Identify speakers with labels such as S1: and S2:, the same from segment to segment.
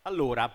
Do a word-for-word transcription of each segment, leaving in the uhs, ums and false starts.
S1: Allora,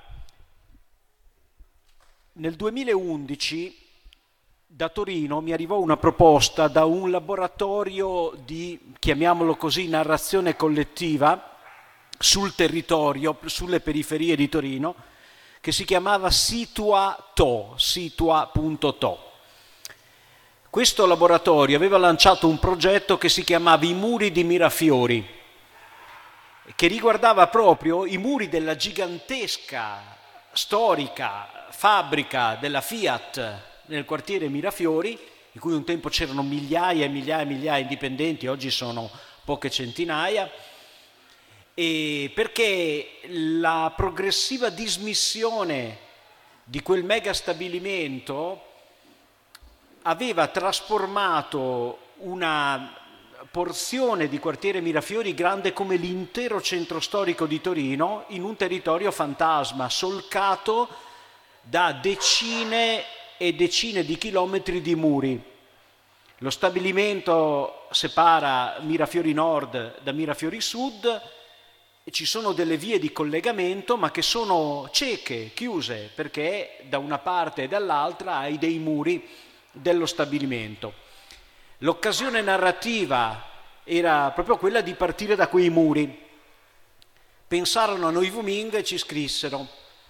S1: nel duemilaundici da Torino mi arrivò una proposta da un laboratorio di, chiamiamolo così, narrazione collettiva sul territorio, sulle periferie di Torino, che si chiamava Situa.to, situa.to. Questo laboratorio aveva lanciato un progetto che si chiamava I muri di Mirafiori, che riguardava proprio i muri della gigantesca, storica fabbrica della Fiat nel quartiere Mirafiori, in cui un tempo c'erano migliaia e migliaia e migliaia di dipendenti, oggi sono poche centinaia, e perché la progressiva dismissione di quel mega stabilimento aveva trasformato una porzione di quartiere Mirafiori grande come l'intero centro storico di Torino in un territorio fantasma, solcato da decine e decine di chilometri di muri. Lo stabilimento separa Mirafiori Nord da Mirafiori Sud e ci sono delle vie di collegamento ma che sono cieche, chiuse, perché da una parte e dall'altra hai dei muri dello stabilimento. L'occasione narrativa era proprio quella di partire da quei muri. Pensarono a noi Wuming e ci scrissero.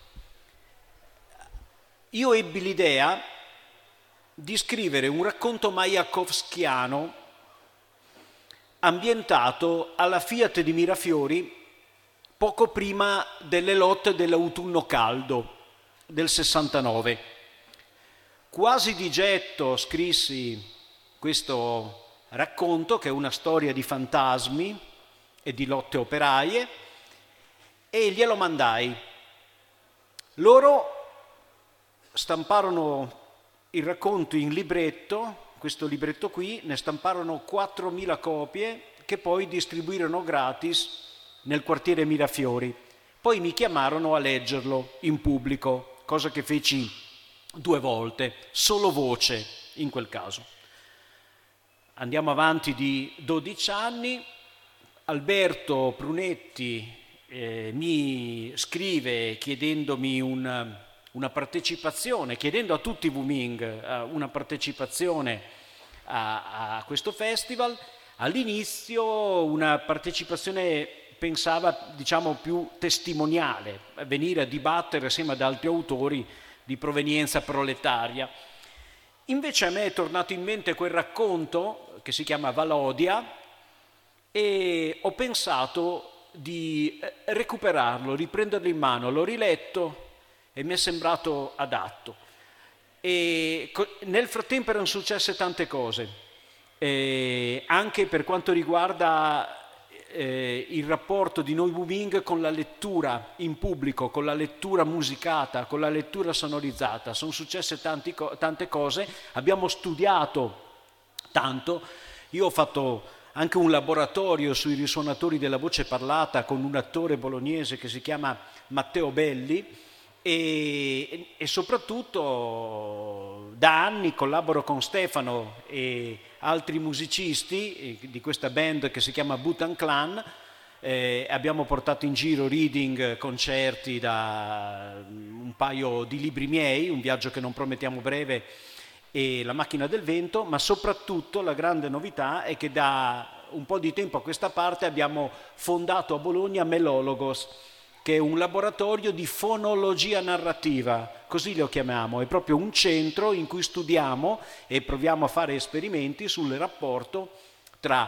S1: Io ebbi l'idea di scrivere un racconto majakovskiano ambientato alla Fiat di Mirafiori poco prima delle lotte dell'autunno caldo del sessantanove. Quasi di getto scrissi questo racconto, che è una storia di fantasmi e di lotte operaie, e glielo mandai. Loro stamparono il racconto in libretto, questo libretto qui, ne stamparono quattromila copie che poi distribuirono gratis nel quartiere Mirafiori. Poi mi chiamarono a leggerlo in pubblico, cosa che feci due volte, solo voce in quel caso. Andiamo avanti di dodici anni, Alberto Prunetti eh, mi scrive chiedendomi un, una partecipazione, chiedendo a tutti i Wuming eh, una partecipazione a, a questo festival. All'inizio una partecipazione pensava, diciamo, più testimoniale, venire a dibattere assieme ad altri autori di provenienza proletaria. Invece a me è tornato in mente quel racconto che si chiama Valodia e ho pensato di recuperarlo, riprenderlo in mano. L'ho riletto e mi è sembrato adatto. E nel frattempo erano successe tante cose, e anche per quanto riguarda eh, il rapporto di noi Wuming con la lettura in pubblico, con la lettura musicata, con la lettura sonorizzata. Sono successe tanti, tante cose, abbiamo studiato tanto. Io ho fatto anche un laboratorio sui risuonatori della voce parlata con un attore bolognese che si chiama Matteo Belli e, e soprattutto da anni collaboro con Stefano e altri musicisti di questa band che si chiama Bhutan Clan. Eh, abbiamo portato in giro reading, concerti da un paio di libri miei, Un viaggio che non promettiamo breve e La macchina del vento, ma soprattutto la grande novità è che da un po' di tempo a questa parte abbiamo fondato a Bologna Melologos, che è un laboratorio di fonologia narrativa, così lo chiamiamo. È proprio un centro in cui studiamo e proviamo a fare esperimenti sul rapporto tra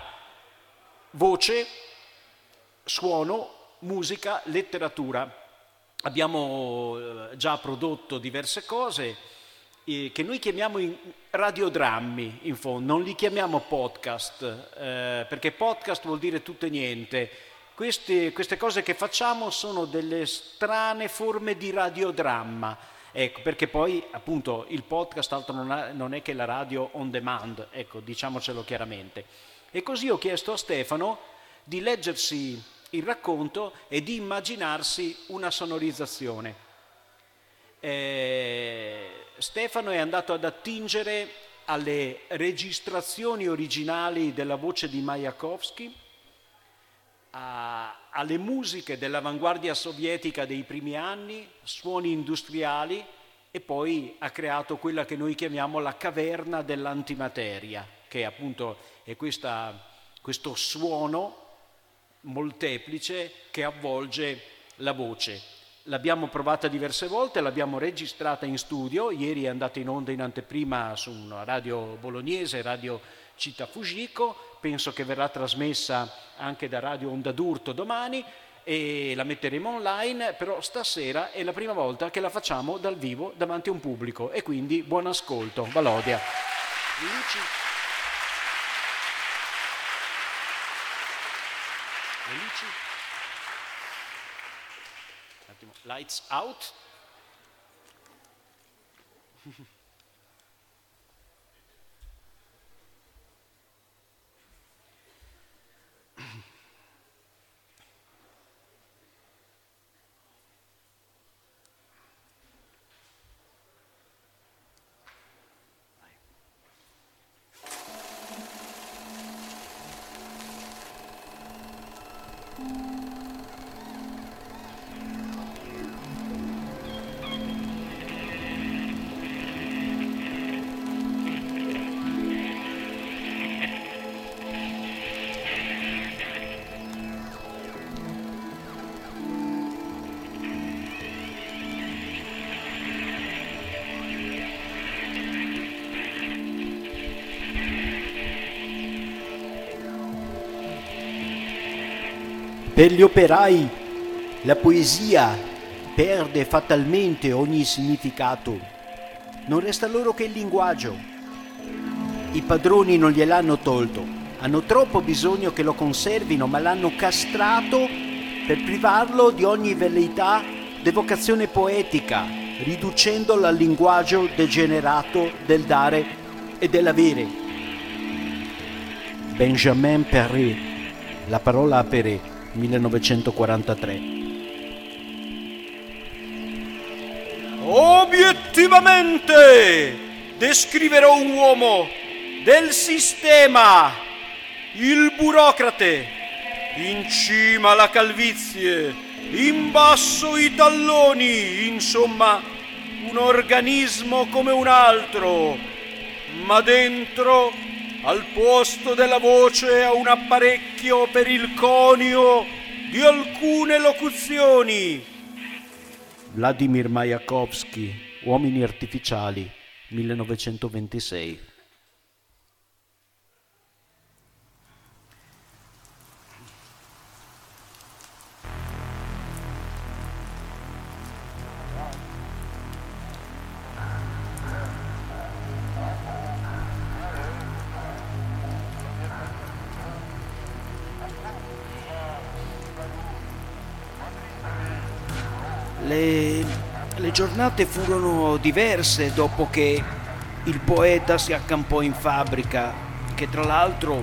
S1: voce, suono, musica, letteratura. Abbiamo già prodotto diverse cose eh, che noi chiamiamo in radiodrammi, in fondo, non li chiamiamo podcast, eh, perché podcast vuol dire tutto e niente. Queste, queste cose che facciamo sono delle strane forme di radiodramma, ecco, perché poi appunto il podcast altro non, ha, non è che la radio on demand, ecco, diciamocelo chiaramente. E così ho chiesto a Stefano di leggersi il racconto e di immaginarsi una sonorizzazione. Eh, Stefano è andato ad attingere alle registrazioni originali della voce di Majakovskij a, alle musiche dell'avanguardia sovietica dei primi anni, suoni industriali, e poi ha creato quella che noi chiamiamo la caverna dell'antimateria, che appunto è questa, questo suono molteplice che avvolge la voce. L'abbiamo provata diverse volte, l'abbiamo registrata in studio, ieri è andata in onda in anteprima su una radio bolognese, Radio Città Fujiko, penso che verrà trasmessa anche da Radio Onda d'Urto domani e la metteremo online, però stasera è la prima volta che la facciamo dal vivo davanti a un pubblico e quindi buon ascolto. Valodia. Luci. Le luci. Un attimo. Lights out.
S2: Per gli operai la poesia perde fatalmente ogni significato. Non resta loro che il linguaggio. I padroni non gliel'hanno tolto. Hanno troppo bisogno che lo conservino, ma l'hanno castrato per privarlo di ogni velleità d'evocazione poetica, riducendolo al linguaggio degenerato del dare e dell'avere. Benjamin Perret, La parola a Perret, millenovecentoquarantatré.
S1: Obiettivamente descriverò un uomo del sistema, il burocrate, in cima alla calvizie, in basso i talloni, insomma un organismo come un altro, ma dentro, al posto della voce, ha un apparecchio per il conio di alcune locuzioni.
S2: Vladimir Majakovskij, Uomini artificiali, millenovecentoventisei.
S1: Le, le giornate furono diverse dopo che il poeta si accampò in fabbrica, che tra l'altro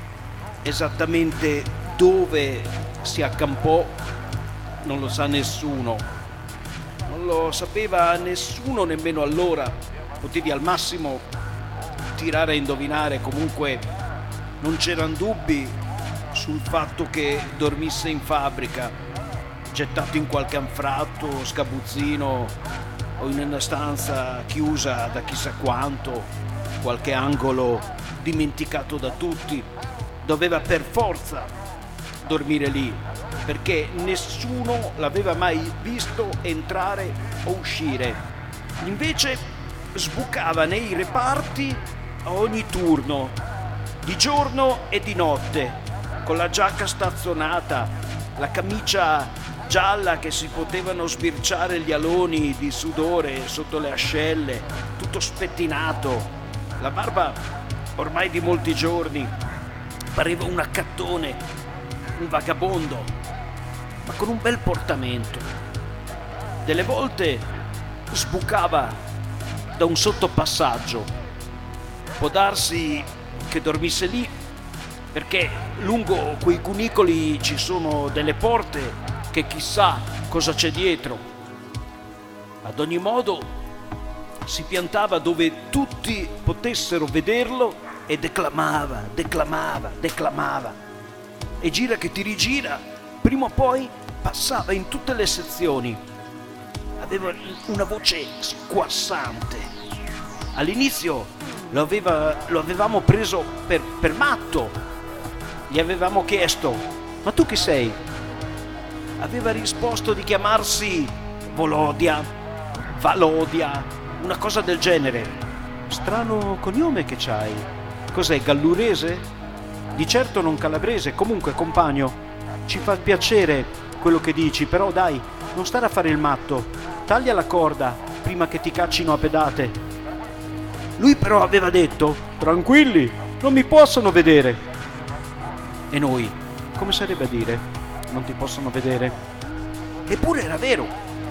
S1: esattamente dove si accampò non lo sa nessuno. Non lo sapeva nessuno nemmeno allora. Potevi al massimo tirare a indovinare, comunque non c'erano dubbi sul fatto che dormisse in fabbrica, gettato in qualche anfratto, sgabuzzino o in una stanza chiusa da chissà quanto, qualche angolo dimenticato da tutti. Doveva per forza dormire lì, perché nessuno l'aveva mai visto entrare o uscire. Invece sbucava nei reparti a ogni turno, di giorno e di notte, con la giacca stazzonata, la camicia gialla che si potevano sbirciare gli aloni di sudore sotto le ascelle, tutto spettinato, la barba ormai di molti giorni, pareva un accattone, un vagabondo, ma con un bel portamento. Delle volte sbucava da un sottopassaggio, può darsi che dormisse lì perché lungo quei cunicoli ci sono delle porte che chissà cosa c'è dietro. Ad ogni modo si piantava dove tutti potessero vederlo e declamava, declamava, declamava.
S2: e gira che ti rigira, prima o poi passava in tutte le sezioni. Aveva una voce squassante. All'inizio lo, aveva, lo avevamo preso per, per matto. Gli avevamo chiesto: ma tu chi sei? Aveva risposto di chiamarsi Volodia, Valodia, una cosa del genere. Strano cognome che c'hai. Cos'è, gallurese? Di certo non calabrese. Comunque, compagno, ci fa piacere quello che dici, però dai, non stare a fare il matto. Taglia la corda prima che ti caccino a pedate. Lui però aveva detto: tranquilli, non mi possono vedere. E noi, come sarebbe a dire: non ti possono vedere? Eppure era vero.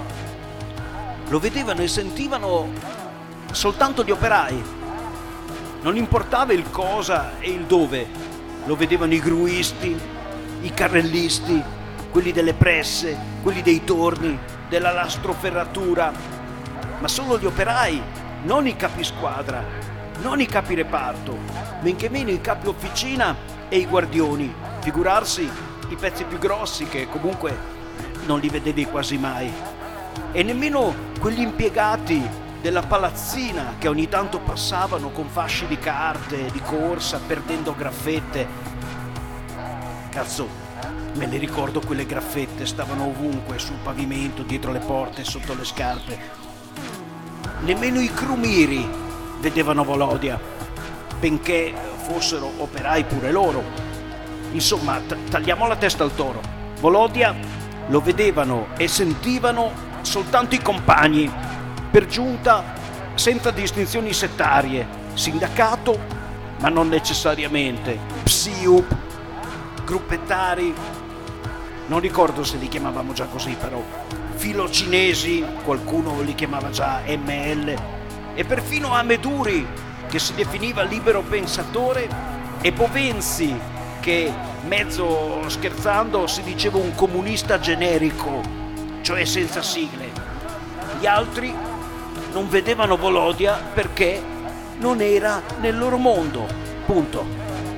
S2: Lo vedevano e sentivano soltanto gli operai. Non importava il cosa e il dove. Lo vedevano i gruisti, i carrellisti, quelli delle presse, quelli dei torni, della lastroferratura, ma solo gli operai, non i capisquadra, non i capireparto, men che meno i capi officina e i guardioni, figurarsi i pezzi più grossi che comunque non li vedevi quasi mai, e nemmeno quegli impiegati della palazzina che ogni tanto passavano con fasci di carte, di corsa, perdendo graffette. Cazzo, me le ricordo quelle graffette, stavano ovunque, sul pavimento, dietro le porte, sotto le scarpe. Nemmeno i crumiri vedevano Volodia, benché fossero operai pure loro. Insomma, t- tagliamo la testa al toro. Volodia lo vedevano e sentivano soltanto i compagni, per giunta senza distinzioni settarie, sindacato, ma non necessariamente, psiup, gruppettari, non ricordo se li chiamavamo già così, però filocinesi, qualcuno li chiamava già M L, e perfino Ameduri, che si definiva libero pensatore, e Bovenzi, che mezzo scherzando si diceva un comunista generico, cioè senza sigle. Gli altri non vedevano Volodia perché non era nel loro mondo, punto.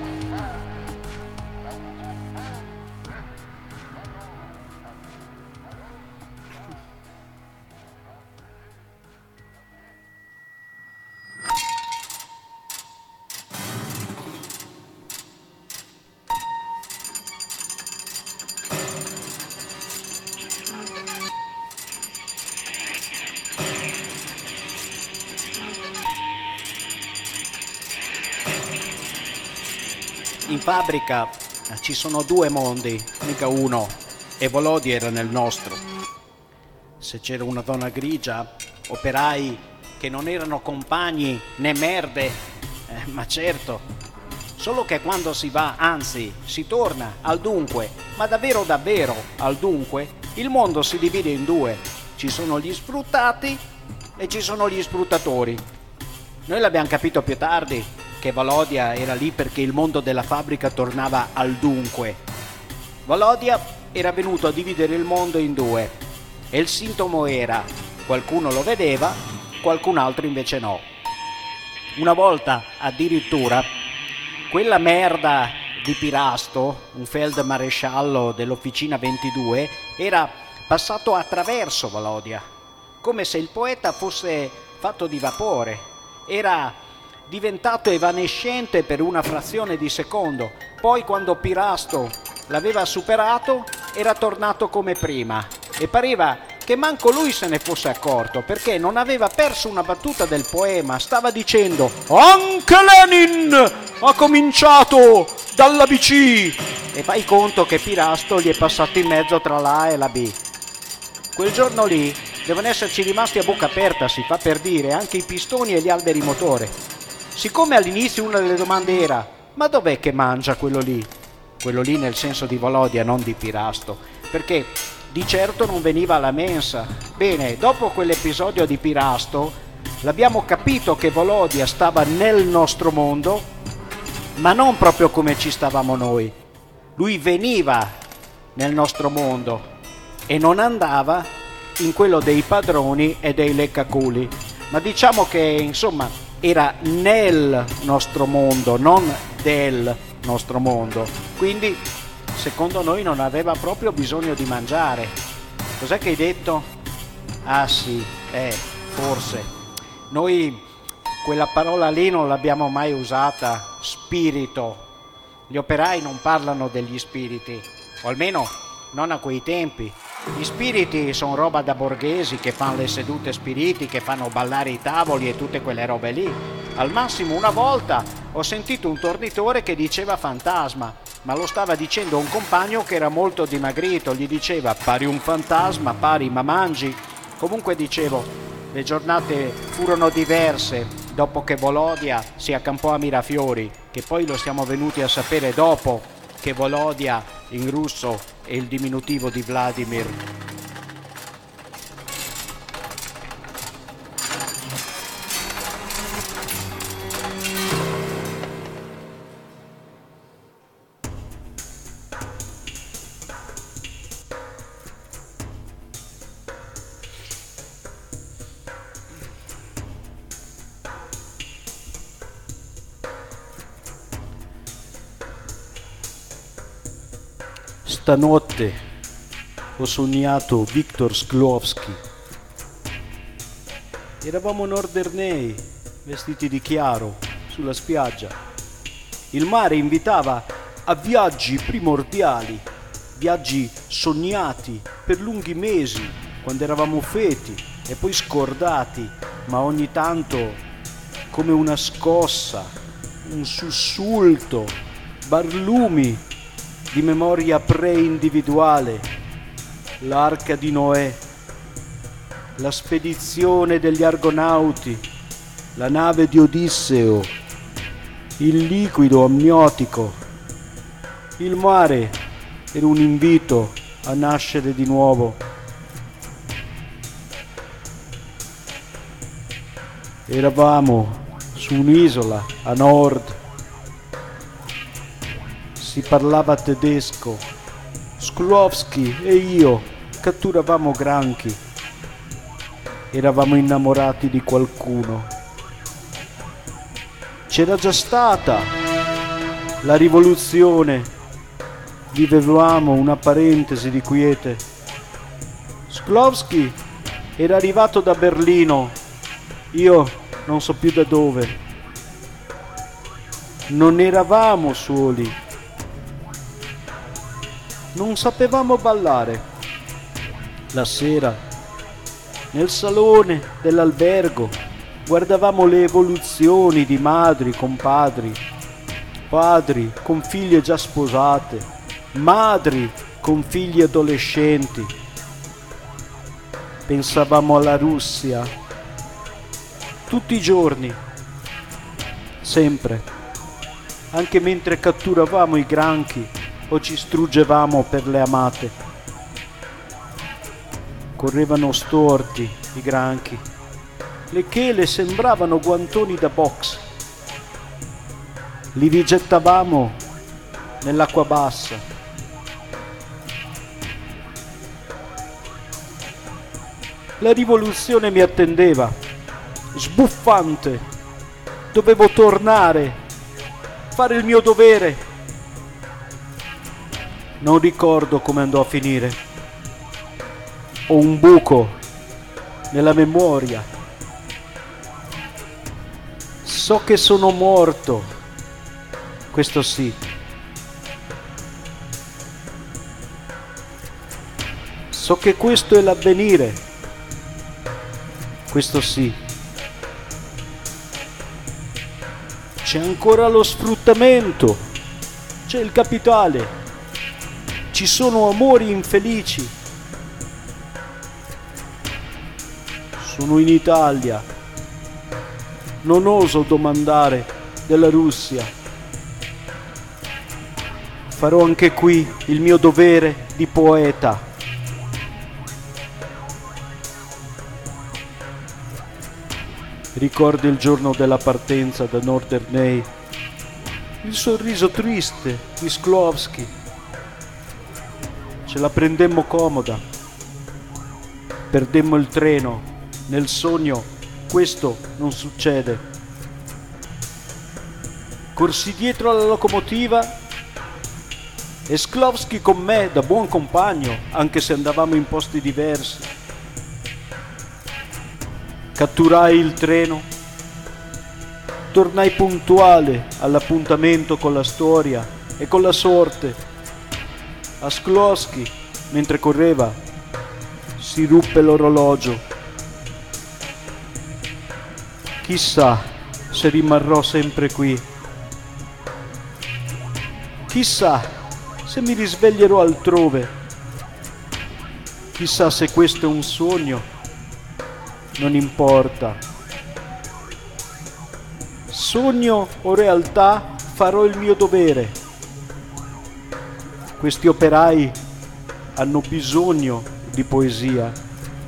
S2: In fabbrica ci sono due mondi, mica uno, e Volodia era nel nostro. Se c'era una zona grigia, operai che non erano compagni né merde, eh, ma certo. Solo che quando si va, anzi, si torna al dunque, ma davvero davvero al dunque, il mondo si divide in due. Ci sono gli sfruttati e ci sono gli sfruttatori. Noi l'abbiamo capito più tardi, che Volodia era lì perché il mondo della fabbrica tornava al dunque. Volodia era venuto a dividere il mondo in due e il sintomo era: qualcuno lo vedeva, qualcun altro invece no. Una volta addirittura quella merda di Pirasto, un feldmaresciallo dell'Officina ventidue, era passato attraverso Volodia, come se il poeta fosse fatto di vapore. Era diventato evanescente per una frazione di secondo. Poi, quando Pirasto l'aveva superato, era tornato come prima e pareva che manco lui se ne fosse accorto, perché non aveva perso una battuta del poema. Stava dicendo: anche Lenin ha cominciato dalla B C, e fai conto che Pirasto gli è passato in mezzo tra la A e la B. Quel giorno lì devono esserci rimasti a bocca aperta, si fa per dire, anche i pistoni e gli alberi motore. Siccome all'inizio una delle domande era: ma dov'è che mangia quello lì? Quello lì nel senso di Volodia, non di Pirasto, perché di certo non veniva alla mensa. Bene, dopo quell'episodio di Pirasto l'abbiamo capito che Volodia stava nel nostro mondo, ma non proprio come ci stavamo noi. Lui veniva nel nostro mondo e non andava in quello dei padroni e dei leccaculi, ma diciamo che insomma era nel nostro mondo, non del nostro mondo. Quindi
S1: secondo noi non aveva proprio bisogno di mangiare. Cos'è che hai detto? Ah sì, eh, forse. Noi quella parola lì non l'abbiamo mai usata, spirito. Gli operai non parlano degli spiriti, o almeno non a quei tempi. Gli spiriti sono roba da borghesi che fanno le sedute spiritiche, fanno ballare i tavoli e tutte quelle robe lì. Al massimo una volta ho sentito un tornitore che diceva fantasma, ma lo stava dicendo a un compagno che era molto dimagrito, gli diceva pari un fantasma, pari ma mangi. Comunque dicevo, le giornate furono diverse dopo che Volodia si accampò a Mirafiori, che poi lo siamo venuti a sapere dopo che Volodia in russo è il diminutivo di Vladimir.
S2: Stanotte ho sognato Viktor Shklovsky. Eravamo nordernei, vestiti di chiaro, sulla spiaggia. Il mare invitava a viaggi primordiali, viaggi sognati per lunghi mesi, quando eravamo feti e poi scordati, ma ogni tanto come una scossa, un sussulto, barlumi di memoria pre-individuale, l'arca di Noè, la spedizione degli Argonauti, la nave di Odisseo, il liquido amniotico. Il mare era un invito a nascere di nuovo. Eravamo su un'isola a nord. Si parlava tedesco. Shklovsky e io catturavamo granchi. Eravamo innamorati di qualcuno. C'era già stata la rivoluzione. Vivevamo una parentesi di quiete. Shklovsky era arrivato da Berlino. Io non so più da dove. Non eravamo soli. Non sapevamo ballare. La sera, nel salone dell'albergo, guardavamo le evoluzioni di madri con padri, padri con figlie già sposate, madri con figli adolescenti. Pensavamo alla Russia, tutti i giorni, sempre, anche mentre catturavamo i granchi o ci struggevamo per le amate. Correvano storti i granchi, le chele sembravano guantoni da box. Li rigettavamo nell'acqua bassa. La rivoluzione mi attendeva, sbuffante. Dovevo tornare, fare il mio dovere. Non ricordo come andò a finire. Ho un buco nella memoria. So che sono morto, questo sì. So che questo è l'avvenire, questo sì. C'è ancora lo sfruttamento, c'è il capitale. Ci sono amori infelici. Sono in Italia. Non oso domandare della Russia. Farò anche qui il mio dovere di poeta. Ricordo il giorno della partenza da Norderney, il sorriso triste di Shklovsky. Ce la prendemmo comoda, perdemmo il treno, nel sogno questo non succede. Corsi dietro alla locomotiva
S1: e Szklovský con me da buon compagno, anche se andavamo in posti diversi. Catturai il treno, tornai puntuale all'appuntamento con la storia e con la sorte. A Szklovský, mentre correva, si ruppe l'orologio. Chissà se rimarrò sempre qui. Chissà se mi risveglierò altrove. Chissà se questo è un sogno. Non importa. Sogno o realtà, farò il mio dovere. Questi operai hanno bisogno di poesia.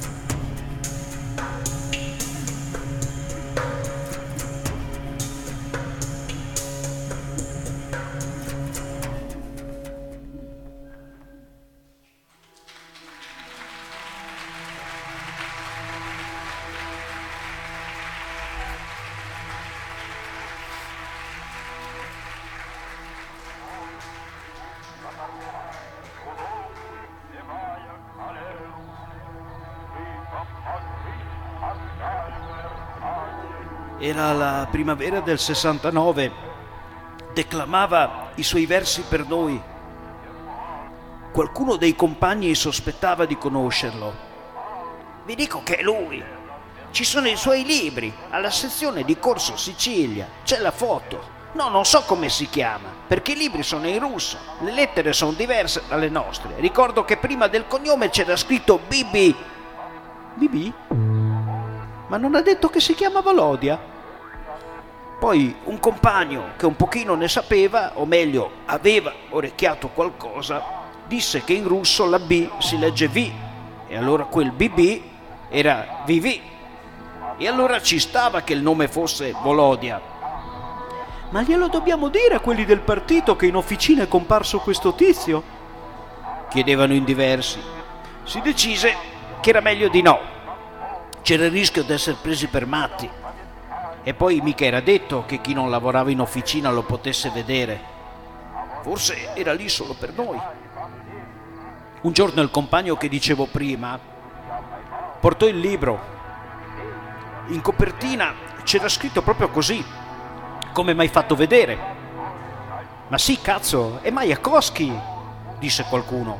S1: Era la primavera del sessantanove, declamava i suoi versi per noi. Qualcuno dei compagni sospettava di conoscerlo.
S3: Vi dico che è lui. Ci sono i suoi libri, alla sezione di Corso Sicilia, c'è la foto. No, non so come si chiama, perché i libri sono in russo, le lettere sono diverse dalle nostre. Ricordo che prima del cognome c'era scritto B B.
S1: B B? Ma non ha detto che si chiama Volodia?
S3: Poi un compagno che un pochino ne sapeva, o meglio aveva orecchiato qualcosa, disse che in russo la B si legge V, e allora quel B B era V V, e allora ci stava che il nome fosse Volodia.
S1: Ma glielo dobbiamo dire a quelli del partito che in officina è comparso questo tizio?
S3: Chiedevano in diversi. Si decise che era meglio di no. C'era il rischio di essere presi per matti. E poi mica era detto che chi non lavorava in officina lo potesse vedere. Forse era lì solo per noi. Un giorno il compagno che dicevo prima portò il libro. In copertina c'era scritto proprio così, come m'hai fatto vedere.
S1: Ma sì, cazzo, è Majakovský, disse qualcuno,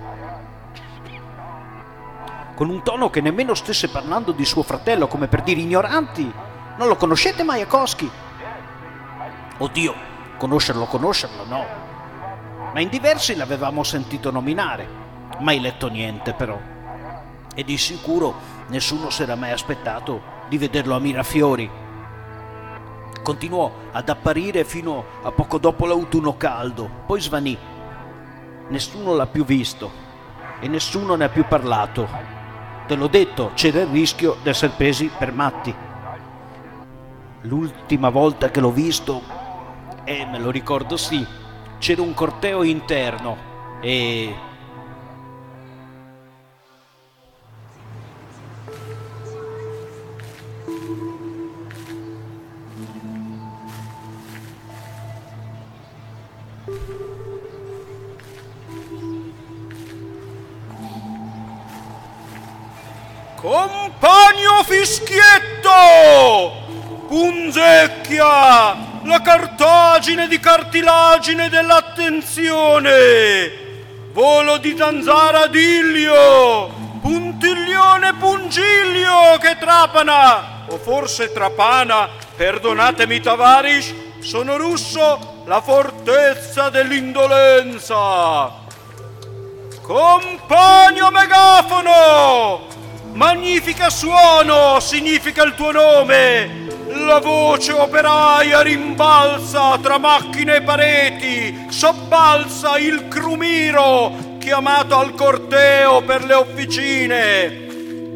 S1: con un tono che nemmeno stesse parlando di suo fratello, come per dire: ignoranti, non lo conoscete Majakovský?
S3: Oddio, conoscerlo, conoscerlo, no. Ma in diversi l'avevamo sentito nominare, mai letto niente però. E di sicuro nessuno si era mai aspettato di vederlo a Mirafiori. Continuò ad apparire fino a poco dopo l'autunno caldo, poi svanì. Nessuno l'ha più visto e nessuno ne ha più parlato. Te l'ho detto, c'era il rischio di essere presi per matti. L'ultima volta che l'ho visto, e me lo ricordo sì, c'era un corteo interno e...
S4: Compagno Fischietto! Punzecchia, la cartagine di cartilagine dell'attenzione, volo di zanzara d'Illio, puntiglione pungiglio che trapana, o forse trapana, perdonatemi Tavarish, sono russo, la fortezza dell'indolenza. Compagno megafono! Magnifica suono, significa il tuo nome. La voce operaia rimbalza tra macchine e pareti, sobbalza il crumiro chiamato al corteo per le officine.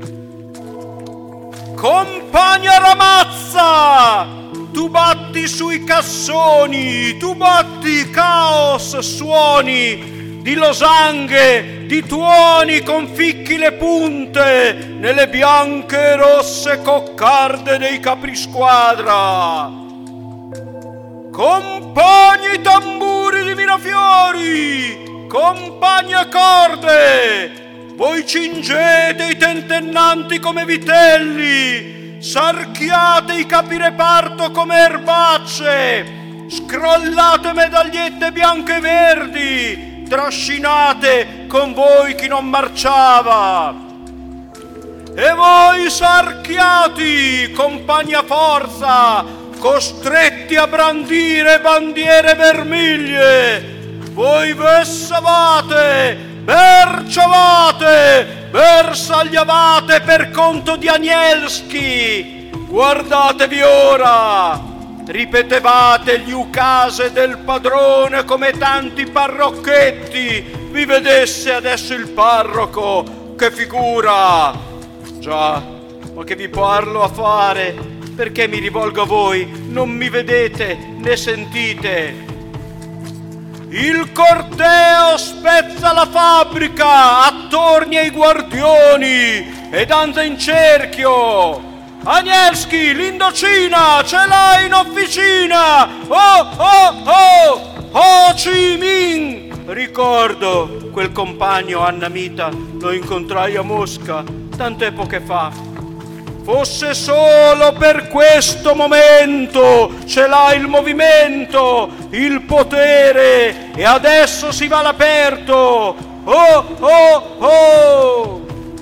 S4: Compagna Ramazza, tu batti sui cassoni, tu batti caos suoni di losanghe, di tuoni conficchi le punte nelle bianche e rosse coccarde dei caprisquadra. Compagni tamburi di Mirafiori, compagni a corde, voi cingete i tentennanti come vitelli, sarchiate i capireparto come erbacce, scrollate medagliette bianche e verdi, trascinate con voi chi non marciava. E voi sarchiati, compagni a forza, costretti a brandire bandiere vermiglie, voi vessavate, berciavate, bersagliavate per conto di Anielski, guardatevi ora, ripetevate gli ucase del padrone come tanti parrocchetti, vi vedesse adesso il parroco, che figura! Già, ma che vi parlo a fare? Perché mi rivolgo a voi? Non mi vedete né sentite. Il corteo spezza la fabbrica, attorni ai guardioni, ed anda in cerchio. Anielski, l'Indocina, ce l'hai in officina! Oh, oh, oh! Ho Chi Minh! Ricordo quel compagno annamita, lo incontrai a Mosca tante epoche fa. Fosse solo per questo momento, ce l'ha il movimento, il potere, e adesso si va all'aperto. Oh, oh, oh!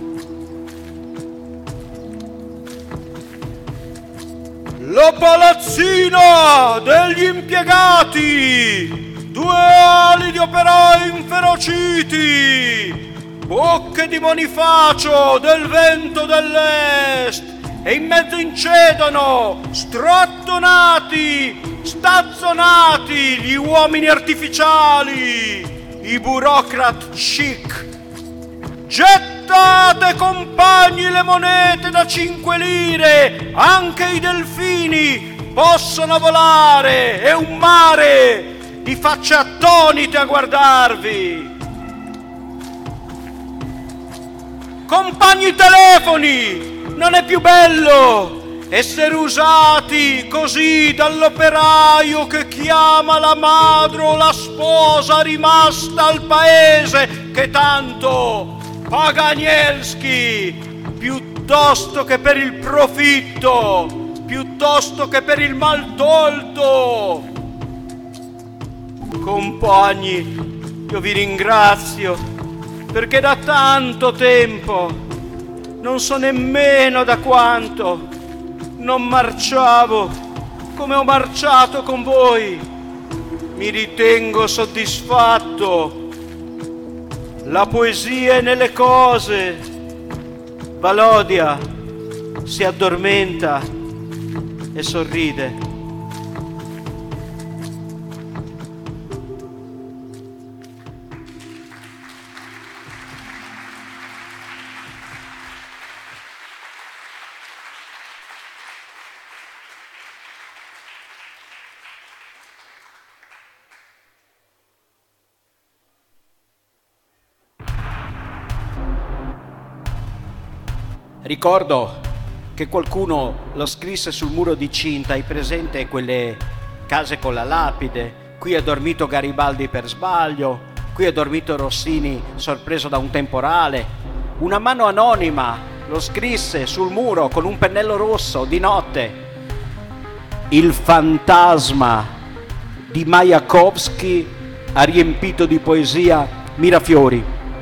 S4: La palazzina degli impiegati, due ali di operai inferociti, bocche di Bonifacio del vento dell'est, e in mezzo incedono, strattonati, stazzonati, gli uomini artificiali, i burocrat chic. Gettate, compagni, le monete da cinque lire, anche i delfini possono volare, è un mare di facce attonite a guardarvi. Compagni telefoni, non è più bello essere usati così dall'operaio che chiama la madre o la sposa rimasta al paese, che tanto paga Anielski, piuttosto che per il profitto, piuttosto che per il mal tolto. Compagni, io vi ringrazio, perché da tanto tempo, non so nemmeno da quanto, non marciavo come ho marciato con voi. Mi ritengo soddisfatto. La poesia è nelle cose. Valodia si addormenta e sorride.
S1: Ricordo che qualcuno lo scrisse sul muro di Cinta, hai presente quelle case con la lapide? Qui è dormito Garibaldi per sbaglio, qui è dormito Rossini sorpreso da un temporale. Una mano anonima lo scrisse sul muro con un pennello rosso di notte. Il fantasma di Majakovskij ha riempito di poesia Mirafiori.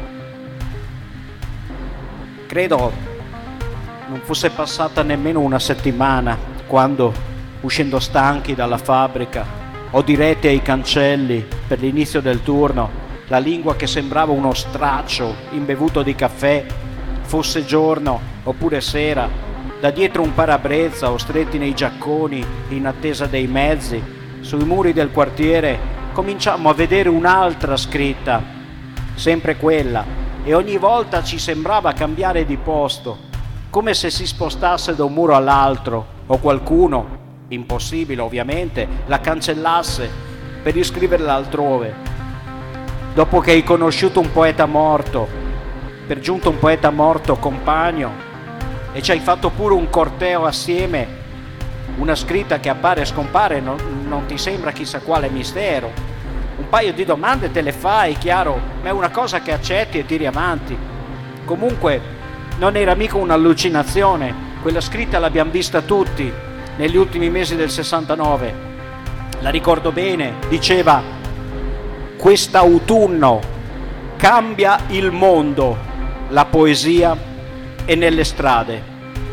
S1: Credo non fosse passata nemmeno una settimana quando, uscendo stanchi dalla fabbrica o diretti ai cancelli per l'inizio del turno, la lingua che sembrava uno straccio imbevuto di caffè, fosse giorno oppure sera, da dietro un parabrezza o stretti nei giacconi in attesa dei mezzi, sui muri del quartiere cominciammo a vedere un'altra scritta, sempre quella, e ogni volta ci sembrava cambiare di posto, come se si spostasse da un muro all'altro o qualcuno, impossibile ovviamente, la cancellasse per iscriverla altrove. Dopo che hai conosciuto un poeta morto, per giunto un poeta morto compagno, e ci hai fatto pure un corteo assieme, una scritta che appare e scompare, non, non ti sembra chissà quale mistero, un paio di domande te le fai, chiaro, ma è una cosa che accetti e tiri avanti. Comunque non era mica un'allucinazione, quella scritta l'abbiamo vista tutti negli ultimi mesi del sessantanove. La ricordo bene, diceva: quest'autunno cambia il mondo, la poesia è nelle strade.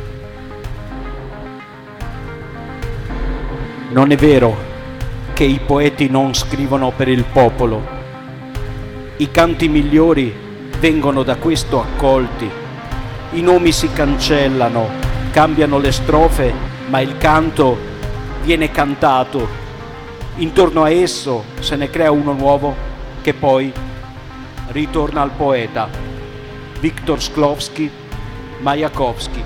S1: Non è vero che i poeti non scrivono per il popolo. I canti migliori vengono da questo accolti. I nomi si cancellano, cambiano le strofe, ma il canto viene cantato. Intorno a esso se ne crea uno nuovo che poi ritorna al poeta. Viktor Shklovsky, Majakovskij.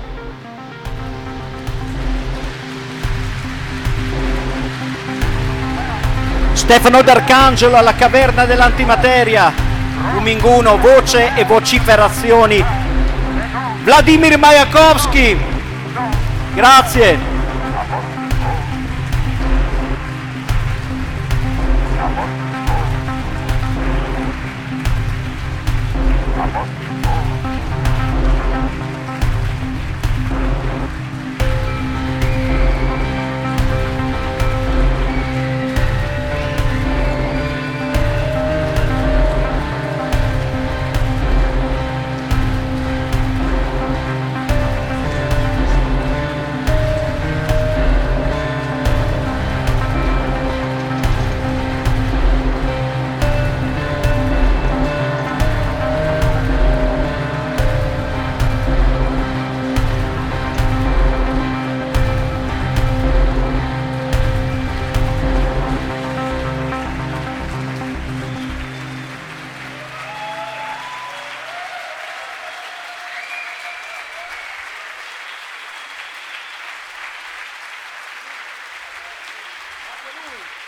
S1: Stefano D'Arcangelo alla caverna dell'antimateria. Uminguno, voce e vociferazioni. Vladimir Majakovskij. Grazie. Lui.